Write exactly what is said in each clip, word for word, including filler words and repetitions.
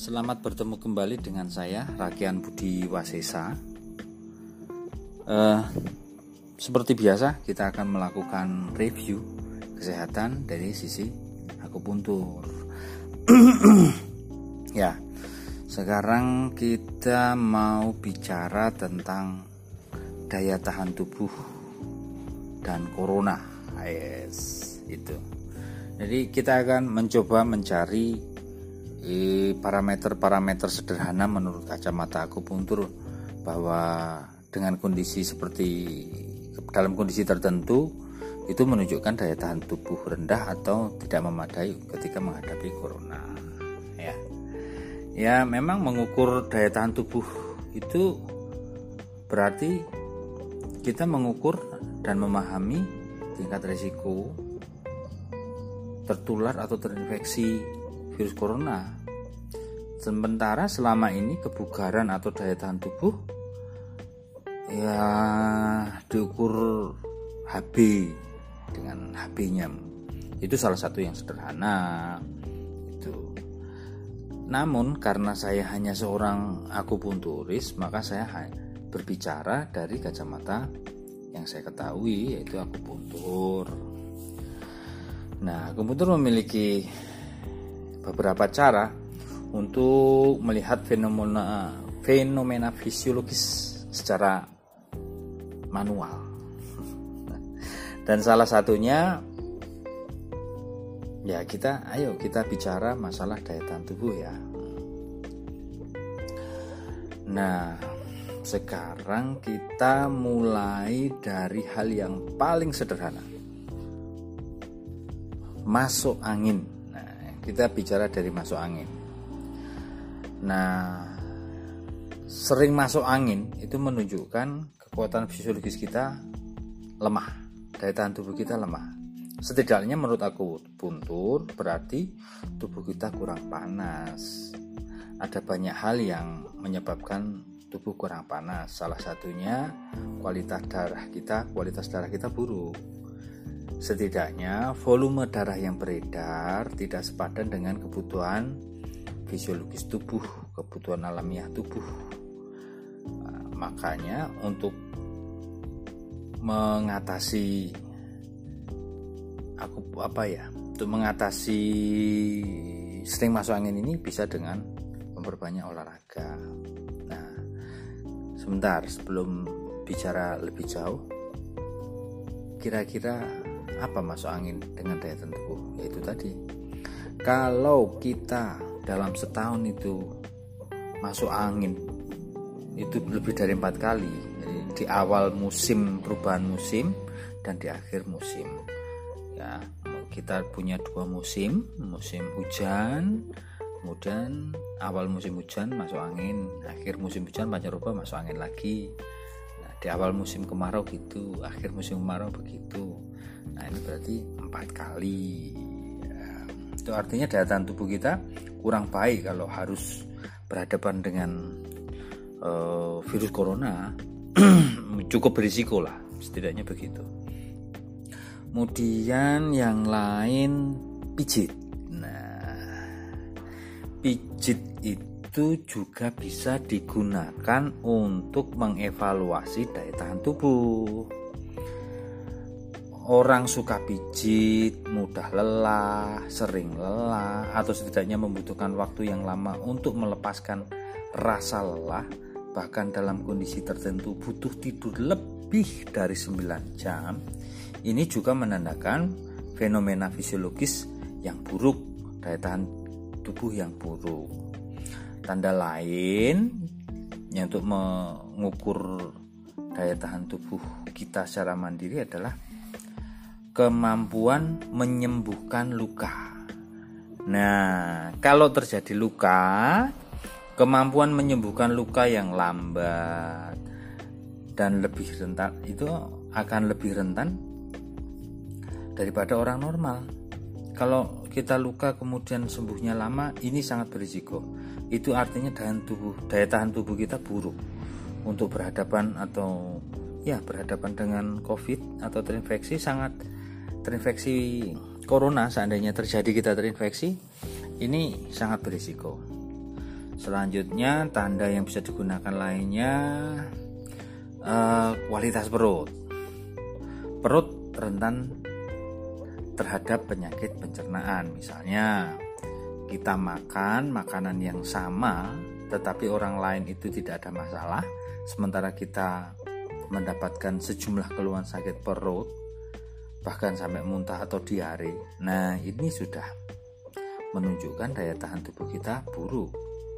Selamat bertemu kembali dengan saya Rakian Budi Wasesa. uh, Seperti biasa kita akan melakukan review kesehatan dari sisi akupuntur. Ya, sekarang kita mau bicara tentang daya tahan tubuh dan corona. Yes, itu. Jadi kita akan mencoba mencari parameter-parameter sederhana menurut kacamata akupuntur bahwa dengan kondisi seperti dalam kondisi tertentu itu menunjukkan daya tahan tubuh rendah atau tidak memadai ketika menghadapi corona. Ya, ya memang mengukur daya tahan tubuh itu berarti kita mengukur dan memahami tingkat risiko tertular atau terinfeksi virus corona. Sementara selama ini kebugaran atau daya tahan tubuh ya diukur H B dengan H B-nya. Itu salah satu yang sederhana. Itu. Namun karena saya hanya seorang akupunturis, maka saya berbicara dari kacamata yang saya ketahui, yaitu akupuntur. Nah, akupuntur memiliki beberapa cara untuk melihat fenomena fenomena fisiologis secara manual. Dan salah satunya ya kita ayo kita bicara masalah daya tahan tubuh ya. Nah, sekarang kita mulai dari hal yang paling sederhana. Masuk angin. Kita bicara dari masuk angin. Nah, sering masuk angin itu menunjukkan kekuatan fisiologis kita lemah, daya tahan tubuh kita lemah. Setidaknya menurut akupuntur berarti tubuh kita kurang panas. Ada banyak hal yang menyebabkan tubuh kurang panas. Salah satunya kualitas darah kita, kualitas darah kita buruk. Setidaknya volume darah yang beredar tidak sepadan dengan kebutuhan fisiologis tubuh, kebutuhan alamiah tubuh. Nah, makanya untuk mengatasi aku apa ya, untuk mengatasi sering masuk angin ini bisa dengan memperbanyak olahraga. Nah, sebentar sebelum bicara lebih jauh, kira-kira apa masuk angin dengan daya tahan tubuh? Yaitu tadi, kalau kita dalam setahun itu masuk angin itu lebih dari empat kali. Jadi di awal musim perubahan musim dan di akhir musim. Ya, kita punya dua musim, musim hujan, kemudian awal musim hujan masuk angin, akhir musim hujan pancaroba masuk angin lagi. Nah, di awal musim kemarau gitu, akhir musim kemarau begitu. Nah, ini berarti empat kali ya. Itu artinya daya tahan tubuh kita kurang baik kalau harus berhadapan dengan uh, virus corona. Cukup berisiko lah, setidaknya begitu. Kemudian yang lain pijit. Nah, pijit itu juga bisa digunakan untuk mengevaluasi daya tahan tubuh. Orang suka pijit, mudah lelah, sering lelah, atau setidaknya membutuhkan waktu yang lama untuk melepaskan rasa lelah, bahkan dalam kondisi tertentu butuh tidur lebih dari sembilan jam. Ini juga menandakan fenomena fisiologis yang buruk, daya tahan tubuh yang buruk. Tanda lain yang untuk mengukur daya tahan tubuh kita secara mandiri adalah kemampuan menyembuhkan luka. Nah, kalau terjadi luka, kemampuan menyembuhkan luka yang lambat dan lebih rentan itu akan lebih rentan daripada orang normal. Kalau kita luka kemudian sembuhnya lama, ini sangat berisiko. Itu artinya daya tubuh, daya tahan tubuh kita buruk untuk berhadapan atau ya berhadapan dengan COVID atau terinfeksi sangat terinfeksi corona. Seandainya terjadi kita terinfeksi, ini sangat berisiko. Selanjutnya tanda yang bisa digunakan lainnya eh, kualitas perut. Perut rentan terhadap penyakit pencernaan. Misalnya kita makan makanan yang sama tetapi orang lain itu tidak ada masalah, sementara kita mendapatkan sejumlah keluhan sakit perut, bahkan sampai muntah atau diare. Nah, ini sudah menunjukkan daya tahan tubuh kita buruk.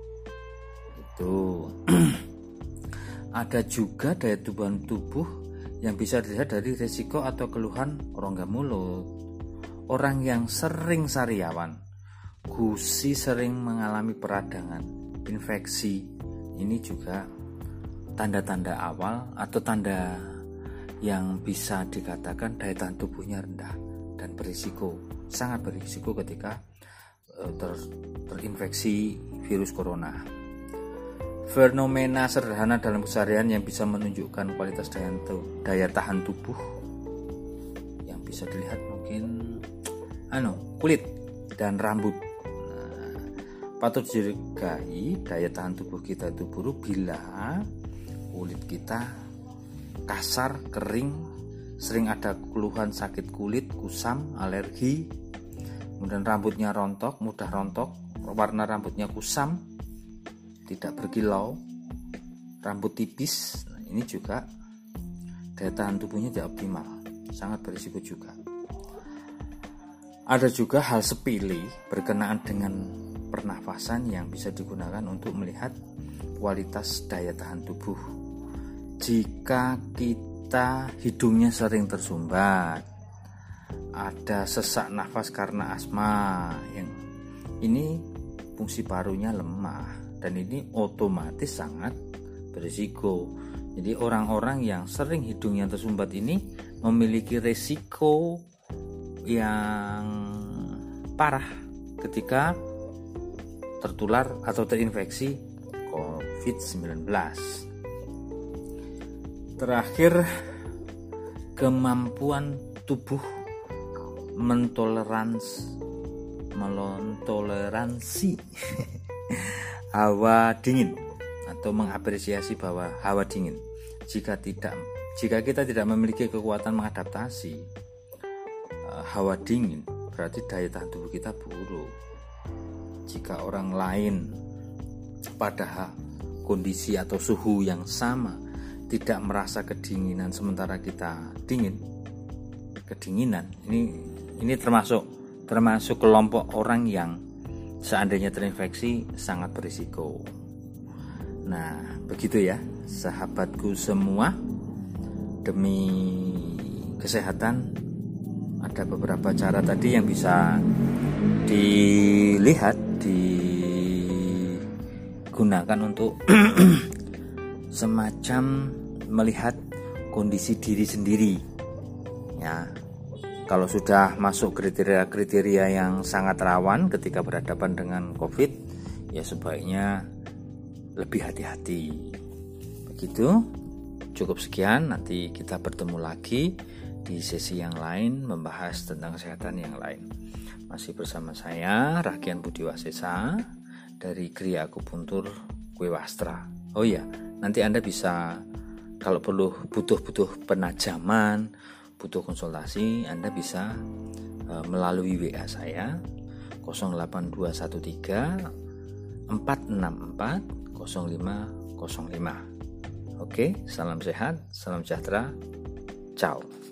Itu ada juga daya tahan tubuh yang bisa dilihat dari risiko atau keluhan rongga mulut. Orang yang sering sariawan, gusi, sering mengalami peradangan, infeksi, ini juga tanda-tanda awal atau tanda yang bisa dikatakan daya tahan tubuhnya rendah dan berisiko, sangat berisiko ketika ter, terinfeksi virus corona. Fenomena sederhana dalam keseharian yang bisa menunjukkan kualitas daya, daya tahan tubuh yang bisa dilihat mungkin anu kulit dan rambut. Patut dicurigai daya tahan tubuh kita itu buruk bila kulit kita kasar, kering, sering ada keluhan sakit kulit, kusam, alergi, kemudian rambutnya rontok, mudah rontok, warna rambutnya kusam, tidak berkilau, rambut tipis. Nah, ini juga daya tahan tubuhnya tidak optimal, sangat berisiko juga. Ada juga hal sepele berkenaan dengan pernafasan yang bisa digunakan untuk melihat kualitas daya tahan tubuh. Jika kita hidungnya sering tersumbat, ada sesak nafas karena asma, yang ini fungsi parunya lemah dan ini otomatis sangat berisiko. Jadi orang-orang yang sering hidungnya tersumbat ini memiliki resiko yang parah ketika tertular atau terinfeksi covid sembilan belas. Terakhir, kemampuan tubuh mentoleransi mentoleransi hawa dingin atau mengapresiasi bahwa hawa dingin. Jika tidak jika kita tidak memiliki kekuatan mengadaptasi uh, hawa dingin, berarti daya tahan tubuh kita buruk. Jika orang lain pada kondisi atau suhu yang sama tidak merasa kedinginan sementara kita dingin, kedinginan ini ini termasuk termasuk kelompok orang yang seandainya terinfeksi sangat berisiko. Nah, begitu ya sahabatku semua, demi kesehatan ada beberapa cara tadi yang bisa dilihat, digunakan untuk semacam melihat kondisi diri sendiri ya. Kalau sudah masuk kriteria-kriteria yang sangat rawan ketika berhadapan dengan COVID, ya sebaiknya lebih hati-hati. Begitu, cukup sekian, nanti kita bertemu lagi di sesi yang lain membahas tentang kesehatan yang lain. Masih bersama saya Rakian Budiwasesa dari Kriya Akupuntur Kwewastra. Oh ya, nanti Anda bisa kalau perlu butuh-butuh penajaman, butuh konsultasi, Anda bisa uh, melalui W A saya nol delapan dua satu tiga empat enam empat nol lima nol lima. Oke, salam sehat, salam sejahtera. Ciao.